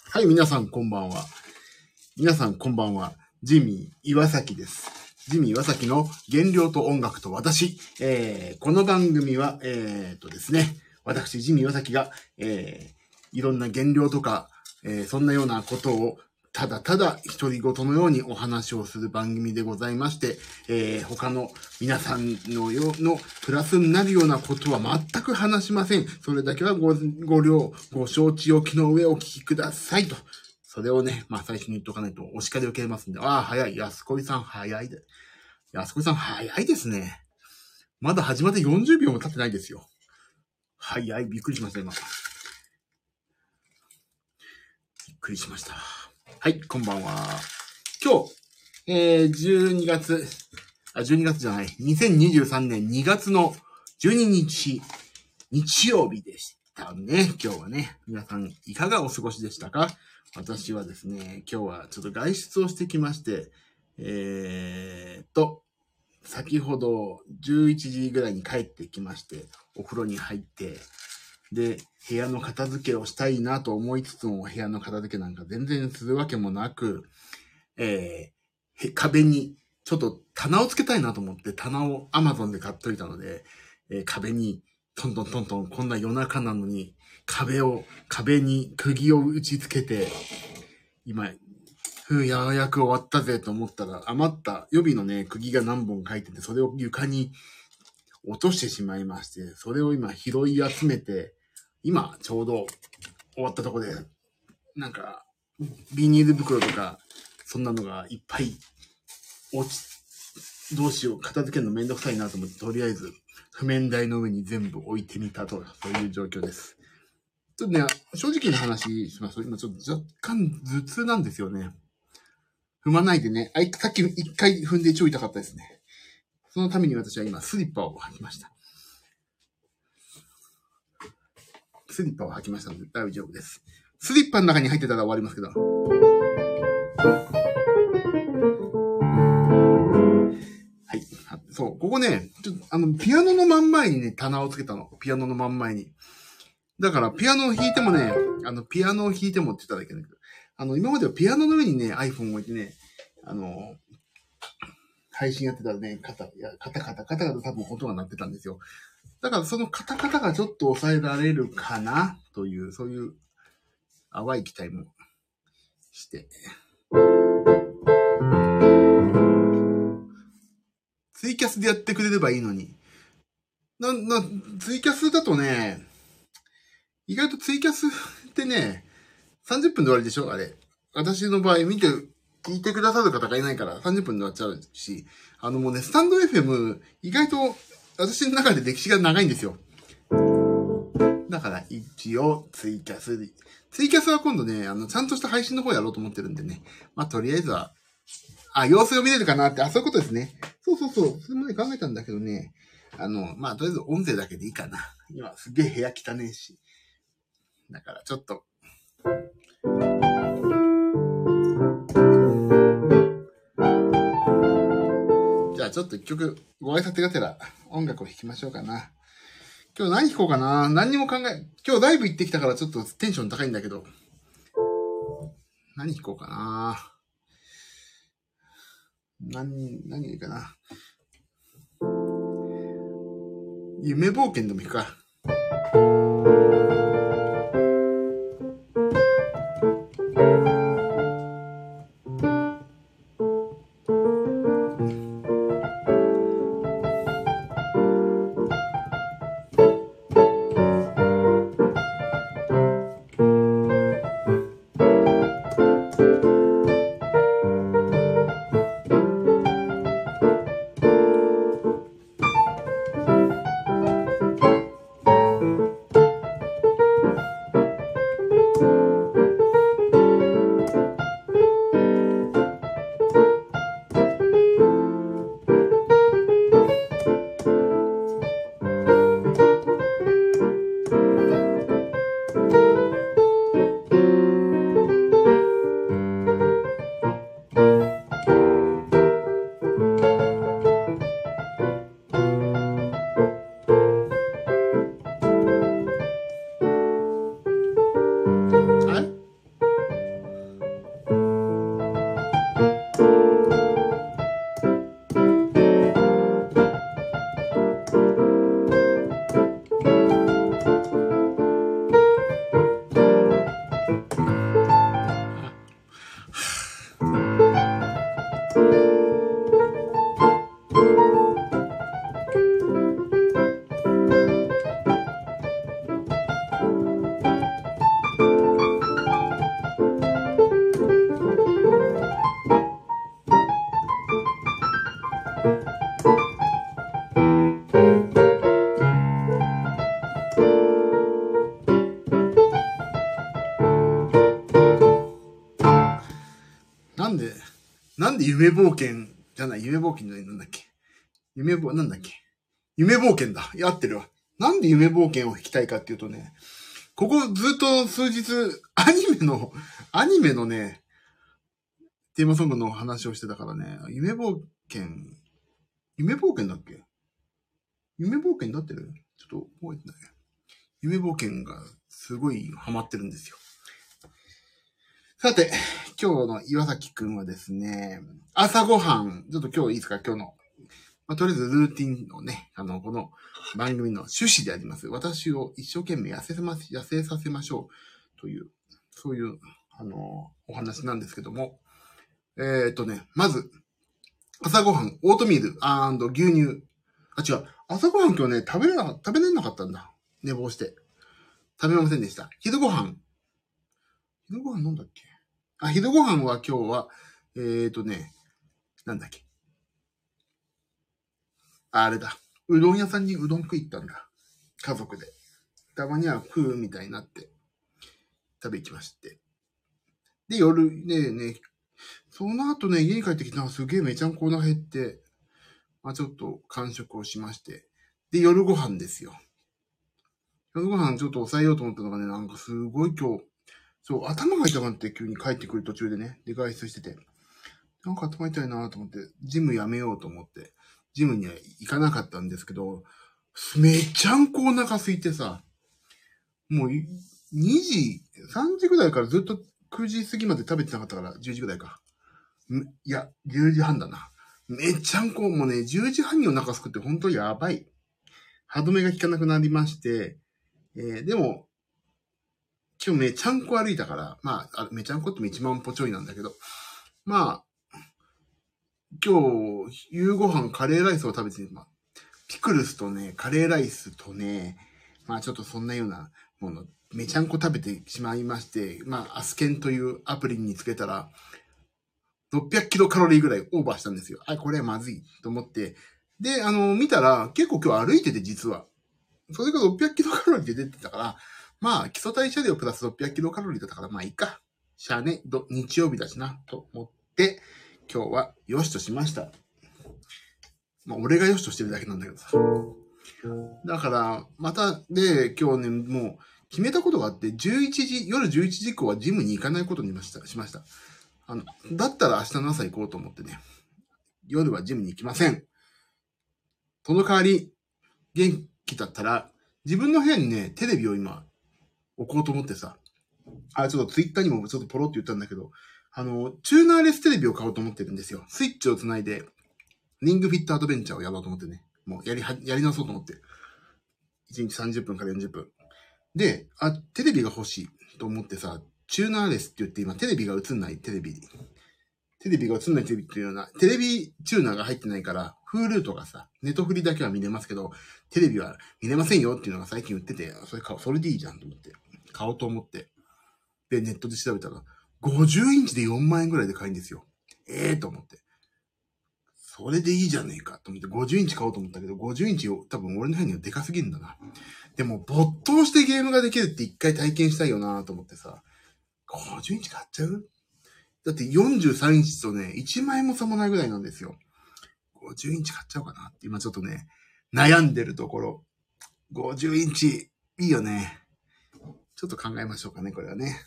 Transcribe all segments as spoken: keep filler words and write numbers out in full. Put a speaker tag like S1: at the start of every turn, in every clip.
S1: はい、皆さんこんばんは。皆さんこんばんは。ジミー岩崎です。ジミー岩崎の原料と音楽と私。えー、この番組は、えー、っとですね、私、ジミー岩崎が、えー、いろんな原料とか、えー、そんなようなことをただただ独り言のようにお話をする番組でございまして、えー、他の皆さんのようのプラスになるようなことは全く話しません。それだけはご、ご了、ご承知おきの上お聞きくださいと。それをね、まあ最初に言っとかないとお叱り受けますんで、ああ、早い。安子さん早いで。安子さん早いですね。まだ始まってよんじゅうびょうも経ってないですよ。早い。びっくりしました、今。びっくりしました。はい、こんばんは。今日、えー、じゅうにがつ、あ、じゅうにがつじゃない、にせんにじゅうさんねんにがつのじゅうににち、日曜日でしたね。今日はね。皆さん、いかがお過ごしでしたか？私はですね、今日はちょっと外出をしてきまして、えーっと、先ほどじゅういちじぐらいに帰ってきまして、お風呂に入って、で、部屋の片付けをしたいなと思いつつも、部屋の片付けなんか全然するわけもなく、えー、壁にちょっと棚をつけたいなと思って棚を Amazon で買っといたので、えー、壁にトントントントン、こんな夜中なのに壁を、壁に釘を打ち付けて、今、ふう、ややく終わったぜと思ったら、余った予備のね、釘が何本書いてて、それを床に落としてしまいまして、それを今拾い集めて、今ちょうど終わったとこで、なんか、ビニール袋とか、そんなのがいっぱい落ち、どうしよう、片付けるのめんどくさいなと思って、とりあえず、譜面台の上に全部置いてみたと、そういう状況です。ちょっとね、正直な話しますと、今ちょっと若干頭痛なんですよね。踏まないでね、あい、さっき一回踏んで超痛かったですね。そのために私は今スリッパを履きました。スリッパを履きましたので大丈夫です。スリッパの中に入ってたら終わりますけど。はい。そう、ここね、ちょっとあの、ピアノの真ん前にね、棚をつけたの。ピアノの真ん前に。だから、ピアノを弾いてもね、あの、ピアノを弾いてもって言ったらいけないけど、あの、今まではピアノの上にね、iPhone を置いてね、あの、配信やってたらね、カタ、いや、カタカタ、カタカタ多分音が鳴ってたんですよ。だからそのカタカタがちょっと抑えられるかなという、そういう淡い期待もして。ツイキャスでやってくれればいいのに。な、な、ツイキャスだとね、意外とツイキャスってね、さんじゅっぷんで終わりでしょあれ。私の場合見て、聞いてくださる方がいないからさんじゅっぷんで終わっちゃうし、あのもうね、スタンド エフエム、意外と私の中で歴史が長いんですよ。だから一応ツイキャスで、ツイキャスは今度ね、あの、ちゃんとした配信の方やろうと思ってるんでね。まあ、とりあえずは、あ、様子を見れるかなって、あ、そういうことですね。そうそうそう。それもね、考えたんだけどね。あの、まあ、とりあえず音声だけでいいかな。今、すげえ部屋汚ねえし。だから、ちょっと。じゃあ、ちょっと一曲、ご挨拶がてら音楽を弾きましょうかな。今日何弾こうかな。何にも考え、今日ライブ行ってきたからちょっとテンション高いんだけど。何弾こうかな。何、何がいいかな。夢冒険でもいいか。 なんで夢冒険じゃない、夢冒険じゃない、なんだっけ。夢ぼ、なんだっけ。夢冒険だ。やってるわ。なんで夢冒険を弾きたいかっていうとね、ここずっと数日、アニメの、アニメのね、テーマソングの話をしてたからね、夢冒険、夢冒険だっけ？夢冒険だってる？ちょっと覚えてない。夢冒険がすごいハマってるんですよ。さて、今日の岩崎くんはですね、朝ごはん、ちょっと今日いいですか？今日の。まあ、とりあえずルーティンのね、あの、この番組の趣旨であります。私を一生懸命痩せさま、痩せさせましょうという、そういう、あの、お話なんですけども。えーっとね、まず、朝ごはん、オートミール&牛乳。あ、違う。朝ごはん今日ね、食べれな、食べれなかったんだ。寝坊して。食べませんでした。昼ごはん。昼ごはんなんだっけ？あ、昼ごはんは今日は、えーっとね、なんだっけ。あれだ。うどん屋さんにうどん食い行ったんだ。家族で。たまには食うみたいになって、食べ行きまして。で、夜、ねね、その後ね、家に帰ってきたらすげえめちゃんこお腹減って、まあちょっと完食をしまして。で、夜ご飯ですよ。夜ご飯ちょっと抑えようと思ったのがね、なんかすごい今日、そう、頭が痛くなって急に帰ってくる途中でね、で外出してて。なんか頭痛いなと思って、ジムやめようと思って、ジムには行かなかったんですけど、めちゃんこお腹空いてさ、もうにじ、さんじぐらいからずっとくじ過ぎまで食べてなかったから、じゅうじぐらいか。いや、じゅうじはんだな。めちゃんこ、もうね、じゅうじはんにお腹すくって本当にやばい。歯止めが効かなくなりまして、えー、でも、今日めちゃんこ歩いたから、まあ、めちゃんこってもいちまん歩ちょいなんだけど、まあ、今日、夕ご飯カレーライスを食べて、まあ、ピクルスとね、カレーライスとね、まあちょっとそんなようなもの、めちゃんこ食べてしまいまして、まあアスケンというアプリにつけたら、ろっぴゃくキロカロリーぐらいオーバーしたんですよ。あ、これはまずいと思って。で、あの、見たら、結構今日歩いてて実は。それがろっぴゃくキロカロリーで出てたから、まあ基礎代謝量プラスろっぴゃくキロカロリーだったから、まあいいか。しゃあね、ど、日曜日だしな、と思って、今日は良しとしました。まあ俺が良しとしてるだけなんだけどさ。だから、また、で、今日ね、もう、決めたことがあって、じゅういちじ、夜じゅういちじ以降はジムに行かないことにしました。しました。あの、だったら明日の朝行こうと思ってね、夜はジムに行きません。その代わり、元気だったら、自分の部屋にね、テレビを今、置こうと思ってさ、あ、ちょっとツイッターにもちょっとポロって言ったんだけど、あの、チューナーレステレビを買おうと思ってるんですよ。スイッチをつないで、リングフィットアドベンチャーをやろうと思ってね、もうやりは、やり直そうと思って。いちにちさんじゅっぷんからよんじゅっぷん。で、あ、テレビが欲しいと思ってさ、チューナーレスって言って今テレビが映んないテレビ。テレビが映んないテレビっていうような、テレビチューナーが入ってないから、Hulu とかさ、ネトフリだけは見れますけど、テレビは見れませんよっていうのが最近売ってて、それ買おう、それでいいじゃんと思って。買おうと思って。で、ネットで調べたら、ごじゅうインチでよんまんえんぐらいで買えんですよ。ええー、と思って。それでいいじゃねえかと思って、ごじゅうインチ買おうと思ったけど、ごじゅうインチを多分俺の部屋にはでかすぎるんだな。でも、没頭してゲームができるって一回体験したいよなと思ってさ、ごじゅうインチ買っちゃう？だってよんじゅうさんインチとね、いちまん円も差もないぐらいなんですよ。ごじゅうインチ買っちゃおうかなって今ちょっとね、悩んでるところ。ごじゅうインチ、いいよね。ちょっと考えましょうかね、これはね。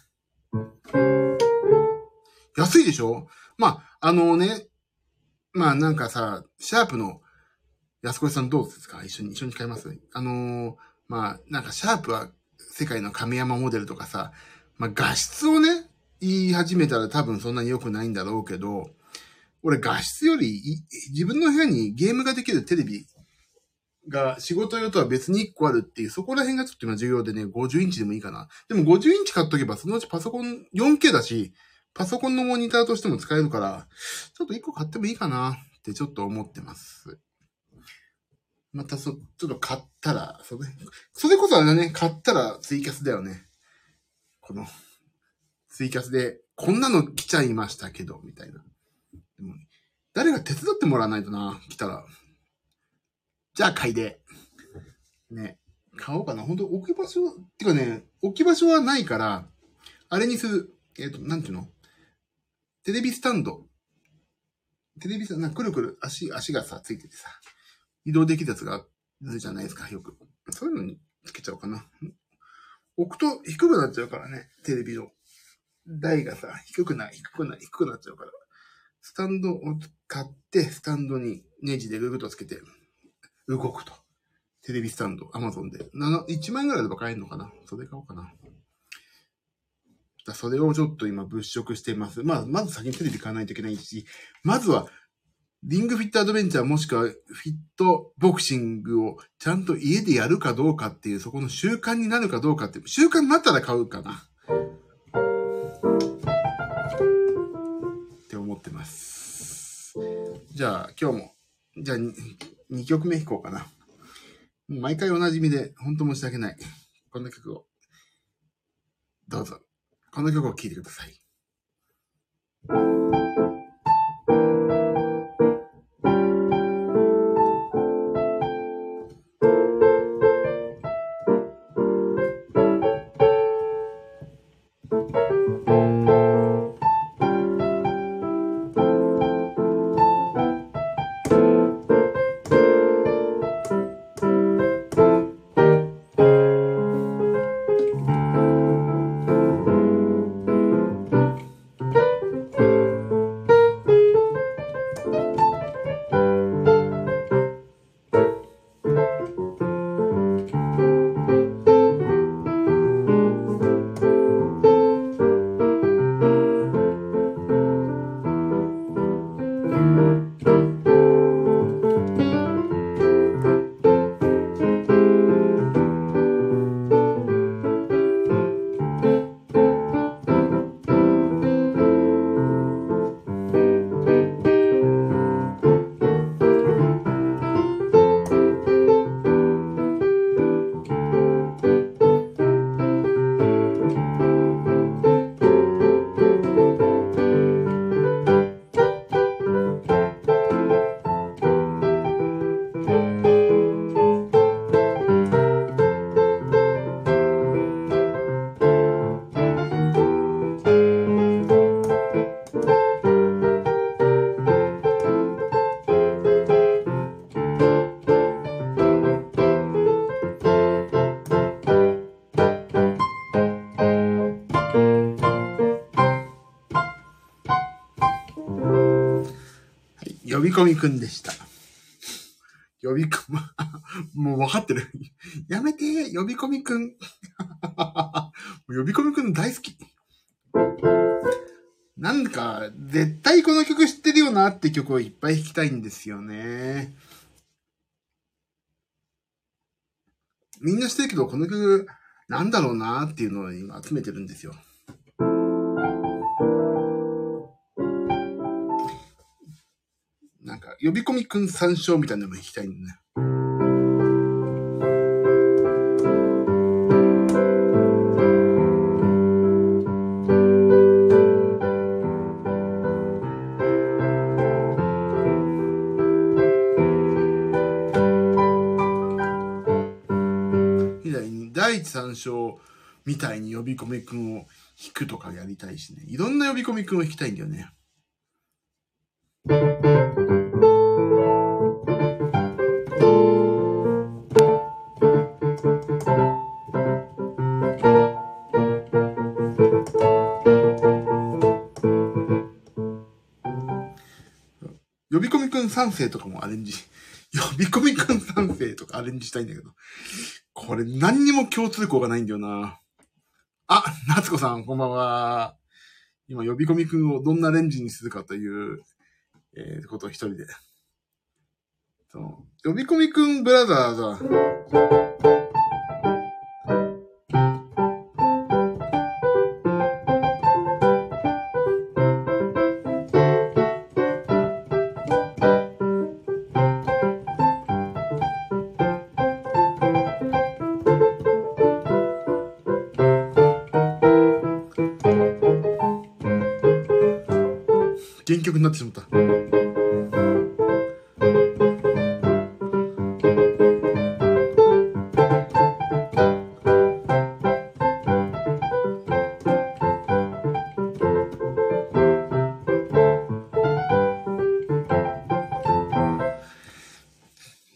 S1: 安いでしょ？まあ、あのね、まあなんかさ、シャープの安越さんどうですか？一緒に、一緒に買います？あのー、まあ、なんかシャープは世界の亀山モデルとかさ、まあ画質をね、言い始めたら多分そんなに良くないんだろうけど、俺画質より自分の部屋にゲームができるテレビが仕事用とは別にいっこあるっていう、そこら辺がちょっと今重要でね、ごじゅうインチでもいいかな。でもごじゅうインチ買っとけばそのうちパソコン よんケー だし、パソコンのモニターとしても使えるから、ちょっといっこ買ってもいいかなってちょっと思ってます。またそ、ちょっと買ったら、それ、それこそあれだね、買ったらツイキャスだよね。この、ツイキャスで、こんなの来ちゃいましたけど、みたいな。でも誰が手伝ってもらわないとな、来たら。じゃあ買いで。ね。買おうかな。本当置き場所、てかね、置き場所はないから、あれにする。えっと、なんていうの？テレビスタンド。 テレビさ、なんかくるくる足、足がさ、ついててさ、移動できるやつがあるじゃないですか、よく。そういうのにつけちゃおうかな。置くと低くなっちゃうからね、テレビの台がさ、低くな、低くな、低くなっちゃうから。スタンドを買って、スタンドにネジでぐるぐるとつけて、動くと。テレビスタンド、アマゾンで。いちまん円ぐらいで買えるのかな？それ買おうかな。それをちょっと今物色しています。まあ、まず先にテレビ買わないといけないし、まずは、リングフィットアドベンチャーもしくはフィットボクシングをちゃんと家でやるかどうかっていう、そこの習慣になるかどうかっていう、習慣になったら買うかな。って思ってます。じゃあ、今日も、じゃあ 2, にきょくめ弾こうかな。毎回おなじみで、ほんと申し訳ない。この曲を、どうぞ。この曲を聴いてください。呼び込みくんでした。呼び込み、もう分かってる。やめて、呼び込みくん。呼び込みくん大好き。なんか、絶対この曲知ってるよなって曲をいっぱい弾きたいんですよね。みんな知ってるけど、この曲、なんだろうなっていうのを今集めてるんですよ。なんか、呼び込みくん参照みたいなのも弾きたいんだね。第一三章みたいに呼び込みくんを弾くとかやりたいしね。いろんな呼び込みくんを弾きたいんだよね。呼び込みくん三世とかもアレンジ。呼び込みくん三世とかアレンジしたいんだけど。これ何にも共通項がないんだよな。あ、夏子さん、こんばんは。今、呼び込みくんをどんなアレンジにするかという、えー、ことを一人で。そう。呼び込みくんブラザーズは、原曲になってしまった。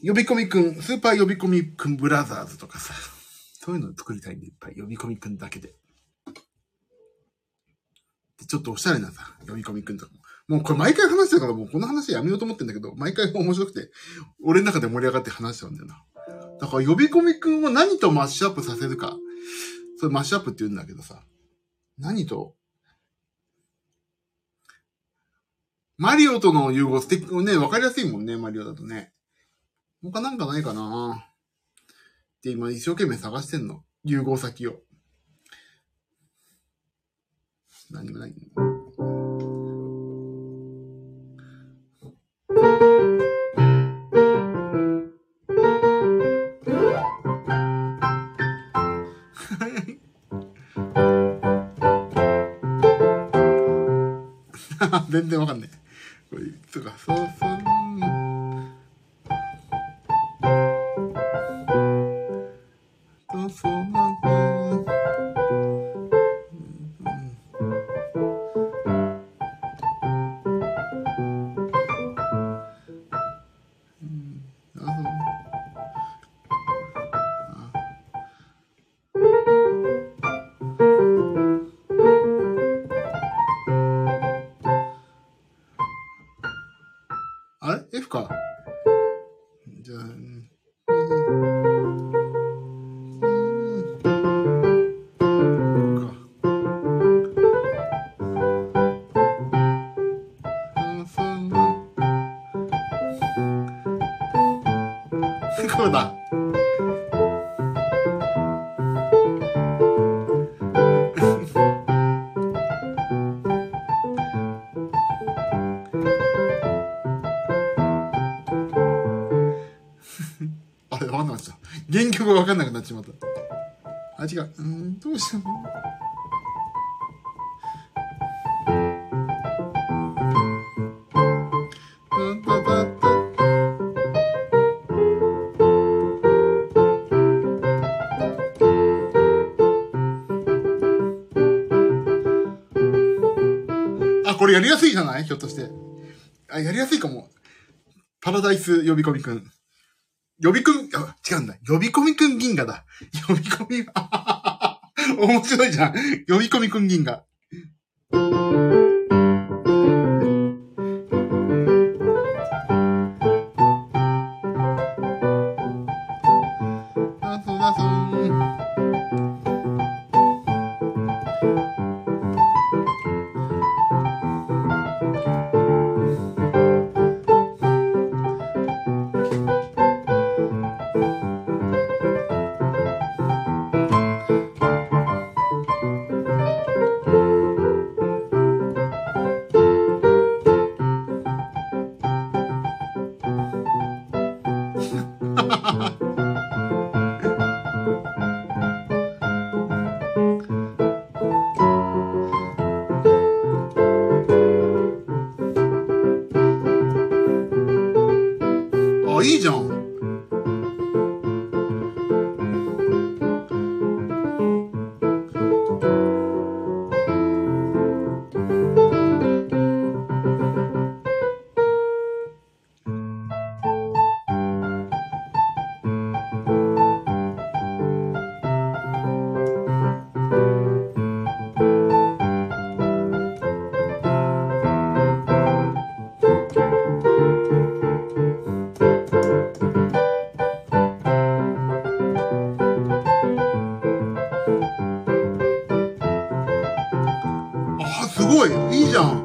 S1: 呼び込みくん、スーパー呼び込みくんブラザーズとかさ、そういうの作りたいんでいっぱい。呼び込みくんだけで。でちょっとおしゃれなさ、呼び込みくんとかも。もうこれ毎回話してるからもうこの話やめようと思ってんだけど、毎回面白くて、俺の中で盛り上がって話しちゃうんだよな。だから呼び込みくんを何とマッシュアップさせるか。それマッシュアップって言うんだけどさ。何とマリオとの融合、ステックね、わかりやすいもんね、マリオだとね。他なんかないかなって今一生懸命探してんの。融合先を。何もない。全然わかんない。これ、とか、そうそう。そうそうなんだ。あれ ?F か。じゃあ、うん。こうだ。あれ、わかんなかった。原曲がわかんなくなっちまった。あ、違う。うーん、どうしたのあ、これやりやすいじゃないひょっとして。あ、やりやすいかも。パラダイス呼び込みくん。呼び込み、あ、違うんだ。呼び込みくん銀河だ。呼び込み、あははは面白いじゃん。呼び込みくん銀河。あ、そうだそう。あ、いいじゃん。あ、すごい。いいじゃん。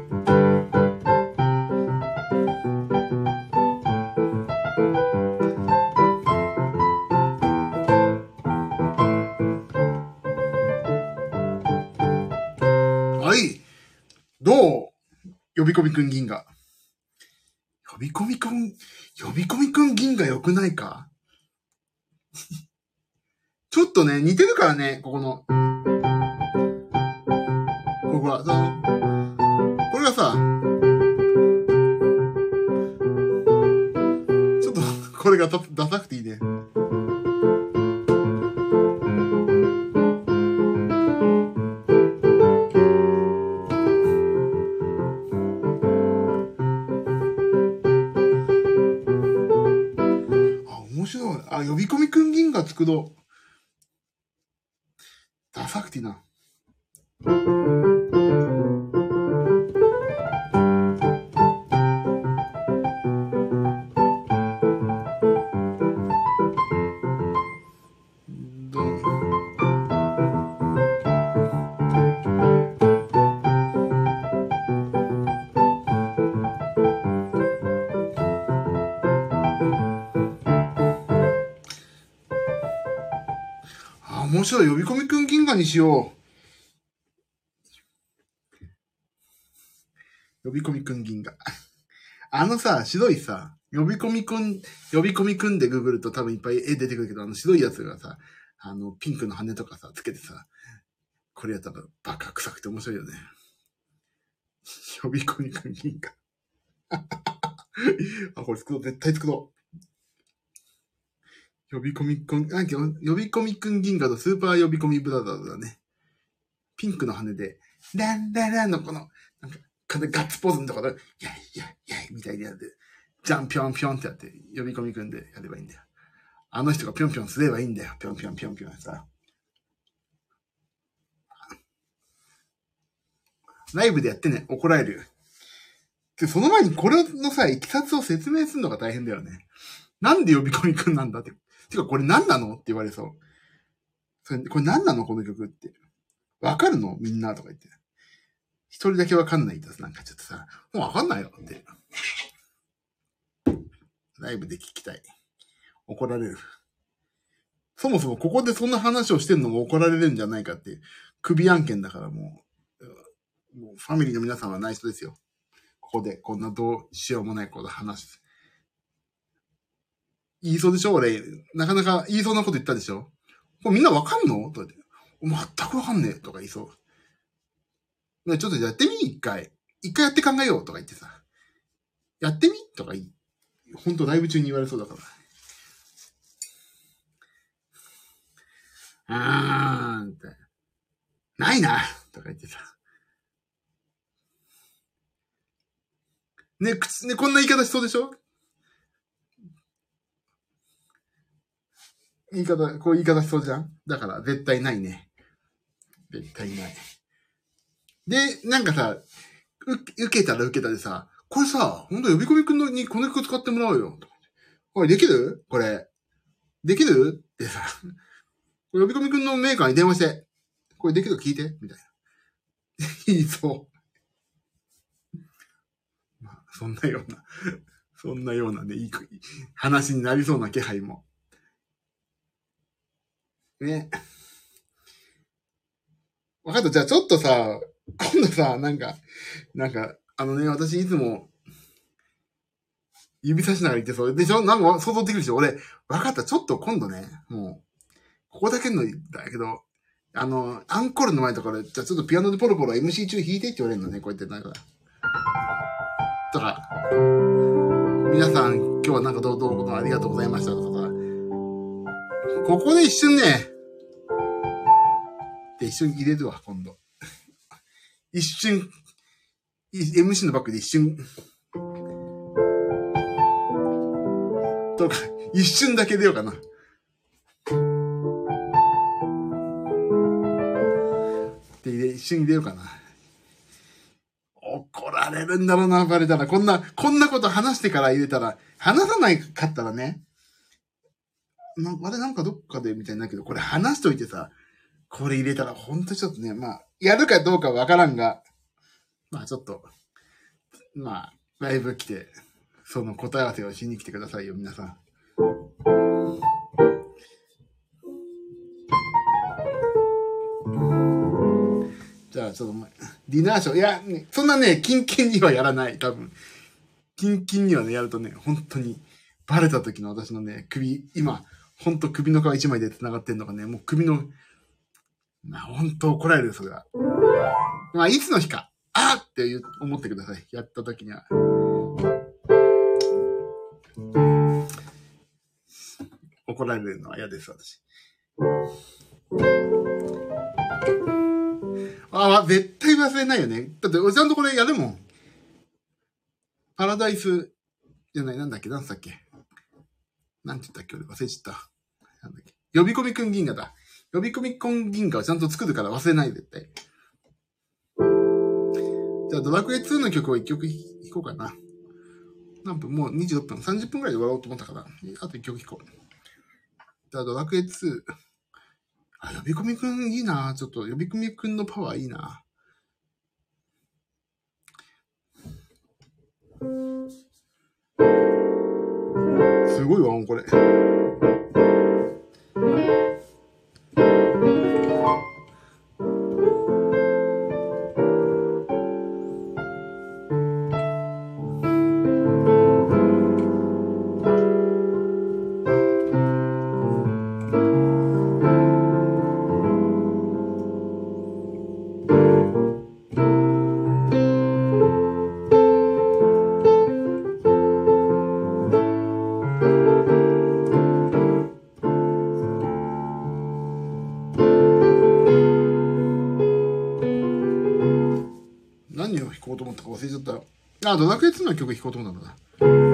S1: はい。どう呼び込みくん銀河。呼び込みくん、呼び込みくん銀河良くないかちょっとね、似てるからね、ここの。ここは、そう。これがさ、ちょっと、これがダサくていいね。 呼び込みくん銀河作ろう。ダサくていいな。面白い。呼び込みくん銀河にしよう。呼び込みくん銀河。あのさ、白いさ、呼び込みくん、呼び込みくんでググると多分いっぱい絵出てくるけど、あの白いやつがさ、あの、ピンクの羽とかさ、つけてさ、これやったらバカ臭くて面白いよね。呼び込みくん銀河。あ、これ作ろう。絶対作ろう。呼び込みくん、なんか呼び込みくん銀河とスーパー呼び込みブラザーズだね。ピンクの羽で、ランラランのこの、なんか、ガッツポーズのところ、やいやいやいみたいにやって、ジャンピョンピョンってやって、呼び込みくんでやればいいんだよ。あの人がピョンピョンすればいいんだよ。ピョンピョンピョンピョンさ。ライブでやってね、怒られるよ。で、その前にこれのさ、いきさつを説明するのが大変だよね。なんで呼び込みくんなんだって。てか、これ何なのって言われそう。それこれ何なのこの曲って。わかるのみんなとか言って。一人だけわかんないとなんかちょっとさ、もうわかんないよって。ライブで聞きたい。怒られる。そもそもここでそんな話をしてんのも怒られるんじゃないかっていう。首案件だからもう、もうファミリーの皆さんは内緒ですよ。ここでこんなどうしようもないこと話す。言いそうでしょ俺、なかなか言いそうなこと言ったでしょこれみんなわかんのとか言って。全くわかんねえとか言いそう。ちょっとやってみ一回。一回やって考えようとか言ってさ。やってみとか言い。ほんとライブ中に言われそうだから。あーんって。ないなとか言ってさ。ね、口、ね、こんな言い方しそうでしょ言い方、こういう言い方しそうじゃんだから絶対ないね。絶対ない。で、なんかさ、受けたら受けたでさ、これさ、ほんと呼び込みくんのにこの曲使ってもらおうよ。これできるこれ。できるってさ、呼び込みくんのメーカーに電話して、これできるか聞いてみたいな。言いそう。まあ、そんなような、そんなようなね、いい話になりそうな気配も。ね。わかった。じゃあちょっとさ、今度さ、なんか、なんか、あのね、私いつも、指差しながら言ってそう。でしょなんか想像できるでしょ俺、わかった。ちょっと今度ね、もう、ここだけのだけど、あの、アンコールの前とかで、じゃあちょっとピアノでポロポロ エムシー 中弾いてって言われるのね、こうやってなんか。とか、皆さん、今日はなんかどうどうもありがとうございましたとかさ、ここで一瞬ね、で一緒に入れるわ、今度。一瞬、エムシー のバックで一瞬、とか、一瞬だけ出ようかな。で、一瞬入れようかな。怒られるんだろうな、バレたら。こんな、こんなこと話してから入れたら、話さないかったらね、なあれなんかどっかでみたいになるけど、これ話しといてさ、これ入れたらほんとちょっとね、まあ、やるかどうかわからんが、まあちょっと、まあ、ライブ来て、その答え合わせをしに来てくださいよ、皆さん。じゃあ、ちょっと、ディナーショー。いや、ね、そんなね、キンキンにはやらない、多分。キンキンにはね、やるとね、本当に、バレた時の私のね、首、今、ほんと首の皮一枚で繋がってんのがね、もう首の、まあ、ほんと怒られる、それは。まあ、いつの日か、あーって思ってください。やった時には。怒られるのは嫌です、私。ああ、絶対忘れないよね。だって、おじさんとこれやるもん。パラダイス、じゃない、なんだっけ、なんつったっけ。なんて言ったっけ、俺忘れちゃった。 なんだっけ。呼び込みくん銀河だ。呼び込みくん銀河をちゃんと作るから忘れないで絶対。じゃあドラクエツーの曲を一曲弾こうかな。何分もうにじゅうろっぷん、さんじゅっぷんくらいで終わろうと思ったから、あと一曲弾こう。じゃあドラクエツー。あ、呼び込みくんいいな。ちょっと呼び込みくんのパワーいいな。すごいわ、これ。何を弾こうと思ったか忘れちゃった。あ、ドラクエツーの曲弾こうと思ったんだな。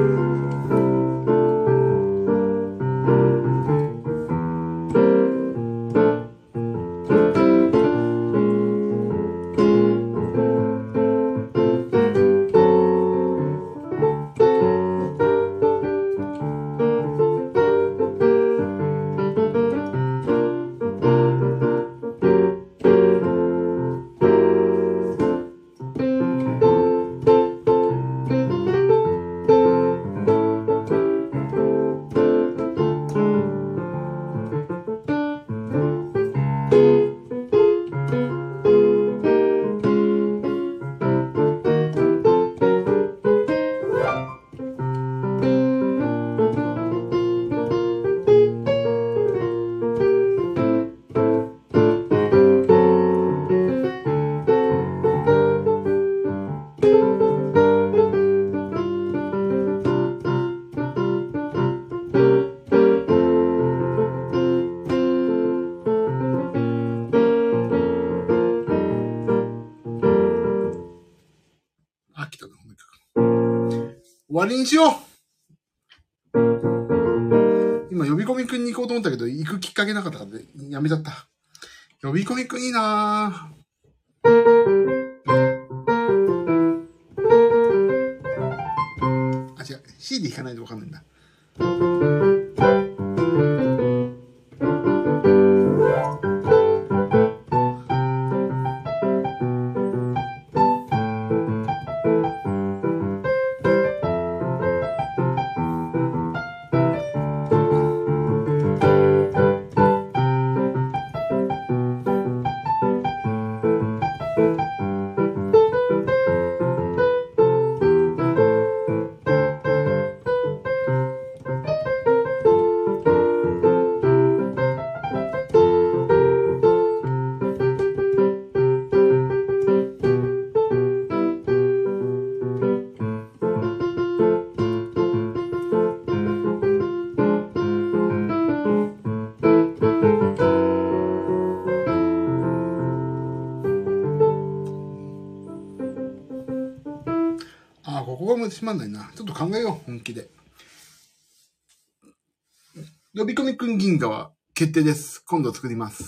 S1: 終わりにしよう。今、呼び込みくんに行こうと思ったけど、行くきっかけなかったからやめちゃった。呼び込みくんいいなぁ。あ、違う。シーディー 弾かないとわかんないんだ。あ、ここがつまんないな。ちょっと考えよう、本気で。呼び込みくん銀河は決定です。今度作ります。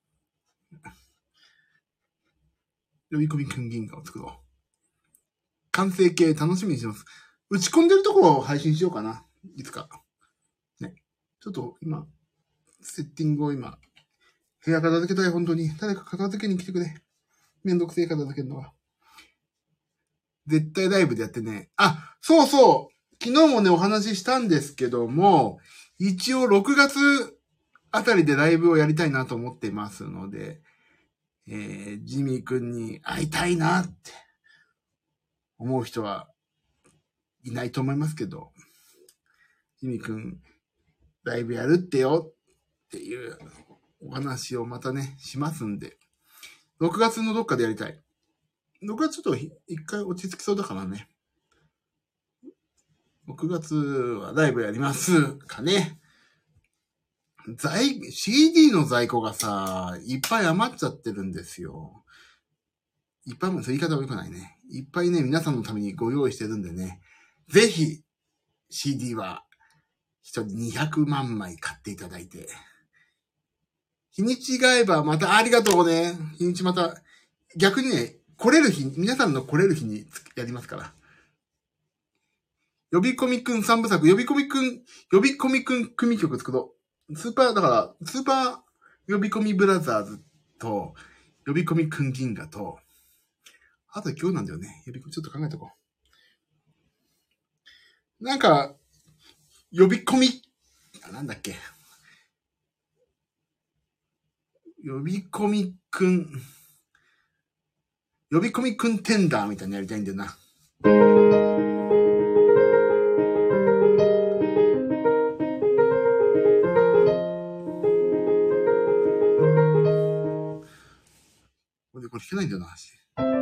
S1: 呼び込みくん銀河を作ろう。完成形楽しみにしてます。打ち込んでるところを配信しようかな。いつか。ね。ちょっと今、セッティングを今、部屋片付けたい、本当に。誰か片付けに来てくれ。めんどくせえ片付けるのは。絶対ライブでやってね。あ、そうそう。昨日もね、お話ししたんですけども、一応ろくがつあたりでライブをやりたいなと思っていますので、えー、ジミーくんに会いたいなって思う人はいないと思いますけど、ジミーくん、ライブやるってよっていうお話をまたね、しますんで、ろくがつのどっかでやりたい。ろくがつちょっと一回落ち着きそうだからね。ろくがつはライブやりますかね。在、シーディー の在庫がさ、いっぱい余っちゃってるんですよ。いっぱいも、そういう言い方は良くないね。いっぱいね、皆さんのためにご用意してるんでね。ぜひ、シーディー は一人にひゃくまんまい買っていただいて、日にちが合えばまたありがとうね。日にちまた、逆にね、来れる日、皆さんの来れる日にやりますから。呼び込みくん三部作、呼び込みくん、呼び込みくん組曲作ろう。スーパー、だから、スーパー呼び込みブラザーズと、呼び込みくん銀河と、あと今日なんだよね。呼び込み、ちょっと考えとこう。なんか、呼び込み、なんだっけ。呼び込みくん、呼び込みくんテンダーみたいにやりたいんだよな。これ、これ弾けないんだよな、話。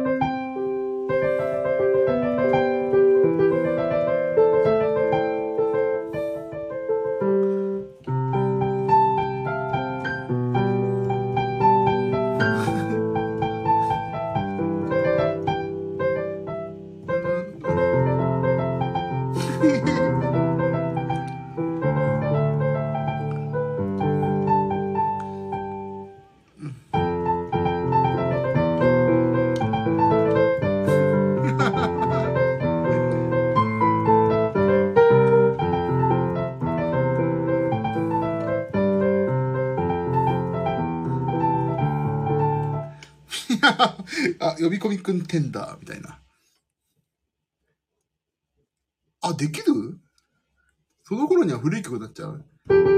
S1: あ、呼び込みくんテンダーみたいな。あ、できる？その頃には古い曲になっちゃう。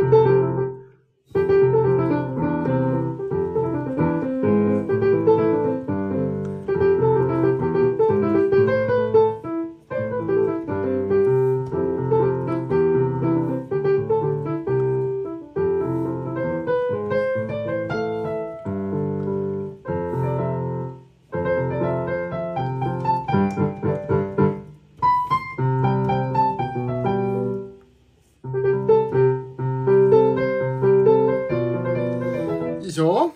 S1: でしょ？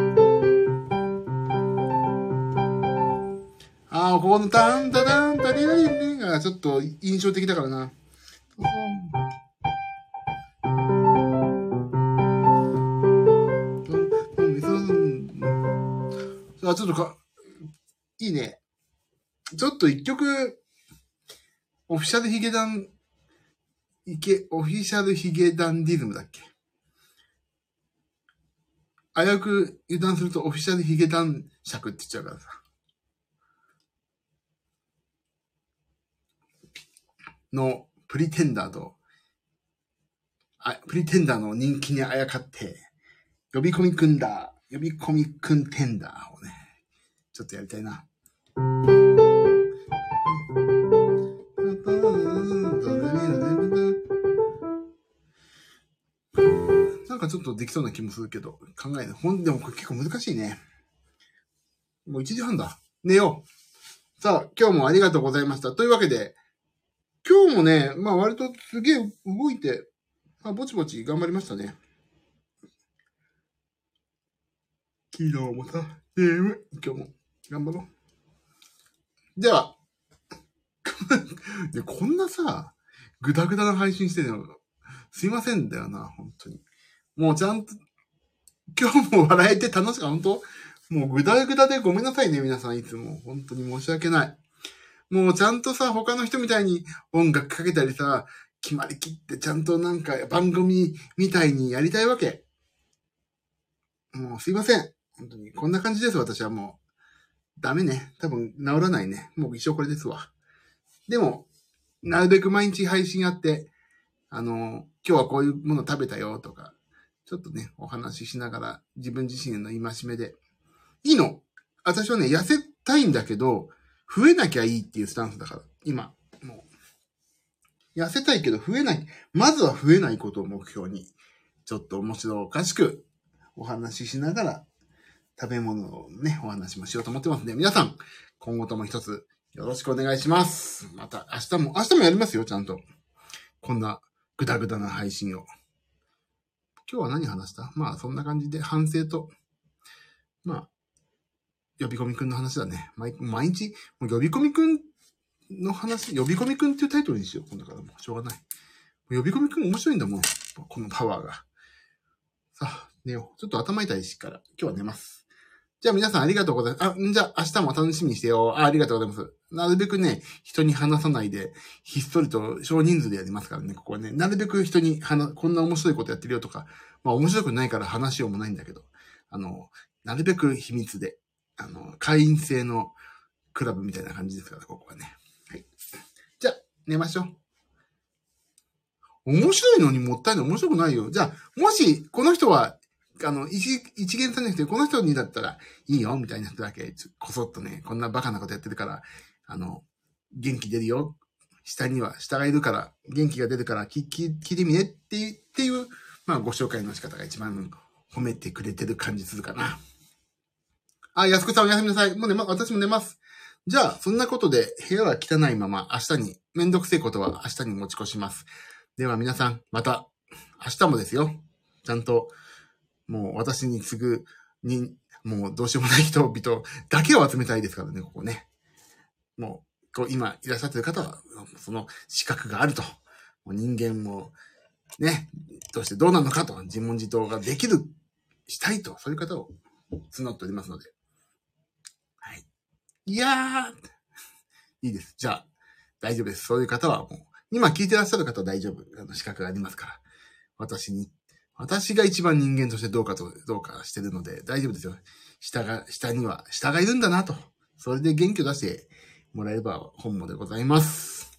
S1: ああ、ここのタンタタンタリラリンがちょっと印象的だからな。あ、ちょっとか、いいね。ちょっと一曲、オフィシャルヒゲダン、いけ、オフィシャルヒゲダンディズムだっけ？危うく油断するとオフィシャルヒゲダン尺って言っちゃうからさ。のプリテンダーと、あ、プリテンダーの人気にあやかって、呼び込みくんだ、呼び込みくんテンダーをね、ちょっとやりたいな。なんかちょっとできそうな気もするけど、考えない。ほんでもこれ結構難しいね。もういちじはんだ。寝よう。さあ、今日もありがとうございました。というわけで、今日もね、まあ割とすげえ動いて、まあ、ぼちぼち頑張りましたね。昨日もさ、眠い。今日も頑張ろう。では、でこんなさ、ぐだぐだな配信してるの、すいませんだよな、本当に。もうちゃんと、今日も笑えて楽しかった、本当もうぐだぐだでごめんなさいね、皆さんいつも。本当に申し訳ない。もうちゃんとさ、他の人みたいに音楽かけたりさ、決まりきってちゃんとなんか番組みたいにやりたいわけ。もうすいません。本当に。こんな感じです、私はもう。ダメね。多分治らないね。もう一生これですわ。でも、なるべく毎日配信やって、あの、今日はこういうもの食べたよとか、ちょっとね、お話ししながら自分自身への戒めで。いいの。私はね、痩せたいんだけど、増えなきゃいいっていうスタンスだから。今、もう。痩せたいけど増えない。まずは増えないことを目標に、ちょっと面白おかしくお話ししながら、食べ物をね、お話もしようと思ってますんで、皆さん、今後とも一つよろしくお願いします。また明日も、明日もやりますよ、ちゃんと。こんなぐだぐだな配信を。今日は何話した？まあ、そんな感じで反省と、まあ、呼び込みくんの話だね。毎, 毎日、もう呼び込みくんの話、呼び込みくんっていうタイトルにしよう。今度からもうしょうがない。 呼び込みくん面白いんだもん。このパワーが。さあ、寝よう。ちょっと頭痛いしから、今日は寝ます。じゃあ皆さんありがとうございます。あ、んじゃあ明日も楽しみにしてよ。あ、ありがとうございます。なるべくね、人に話さないで、ひっそりと少人数でやりますからね、ここはね。なるべく人に話、こんな面白いことやってるよとか、まあ面白くないから話しようもないんだけど、あの、なるべく秘密で、あの、会員制のクラブみたいな感じですから、ここはね。はい。じゃあ、寝ましょう。面白いのにもったいない。面白くないよ。じゃあ、もし、この人は、あの、一、一元さんじゃなくて、この人にだったらいいよ、みたいな人だけ、こそっとね、こんなバカなことやってるから、あの、元気出るよ。下には、下がいるから、元気が出るから、聞、聞、聞いてみねっていう、っていう、まあ、ご紹介の仕方が一番褒めてくれてる感じするかな。あ、安子さんおやすみなさい。もうね、ま、私も寝ます。じゃあ、そんなことで、部屋は汚いまま、明日に、めんどくせえことは明日に持ち越します。では皆さん、また、明日もですよ。ちゃんと、もう私に次ぐ、に、もうどうしようもない人々だけを集めたいですからね、ここね。もう、こう今いらっしゃってる方は、その資格があると。もう人間も、ね、どうしてどうなのかと、自問自答ができる、したいと、そういう方を募っておりますので。はい。いやー、いいです。じゃあ、大丈夫です。そういう方はもう、今聞いてらっしゃる方は大丈夫。あの、資格がありますから。私に、私が一番人間としてどうかと、どうかしてるので大丈夫ですよ。下が、下には、下がいるんだなと。それで元気を出してもらえれば本望でございます。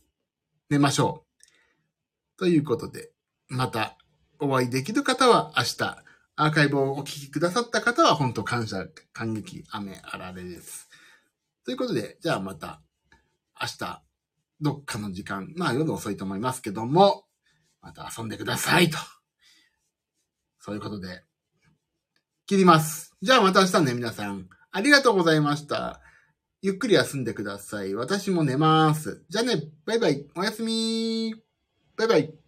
S1: 寝ましょう。ということで、またお会いできる方は明日、アーカイブをお聞きくださった方は本当感謝、感激、雨あられです。ということで、じゃあまた明日、どっかの時間、まあ夜遅いと思いますけども、また遊んでくださいと。そういうことで、切ります。じゃあまた明日ね、皆さん。ありがとうございました。ゆっくり休んでください。私も寝ます。じゃあね、バイバイ。おやすみ。バイバイ。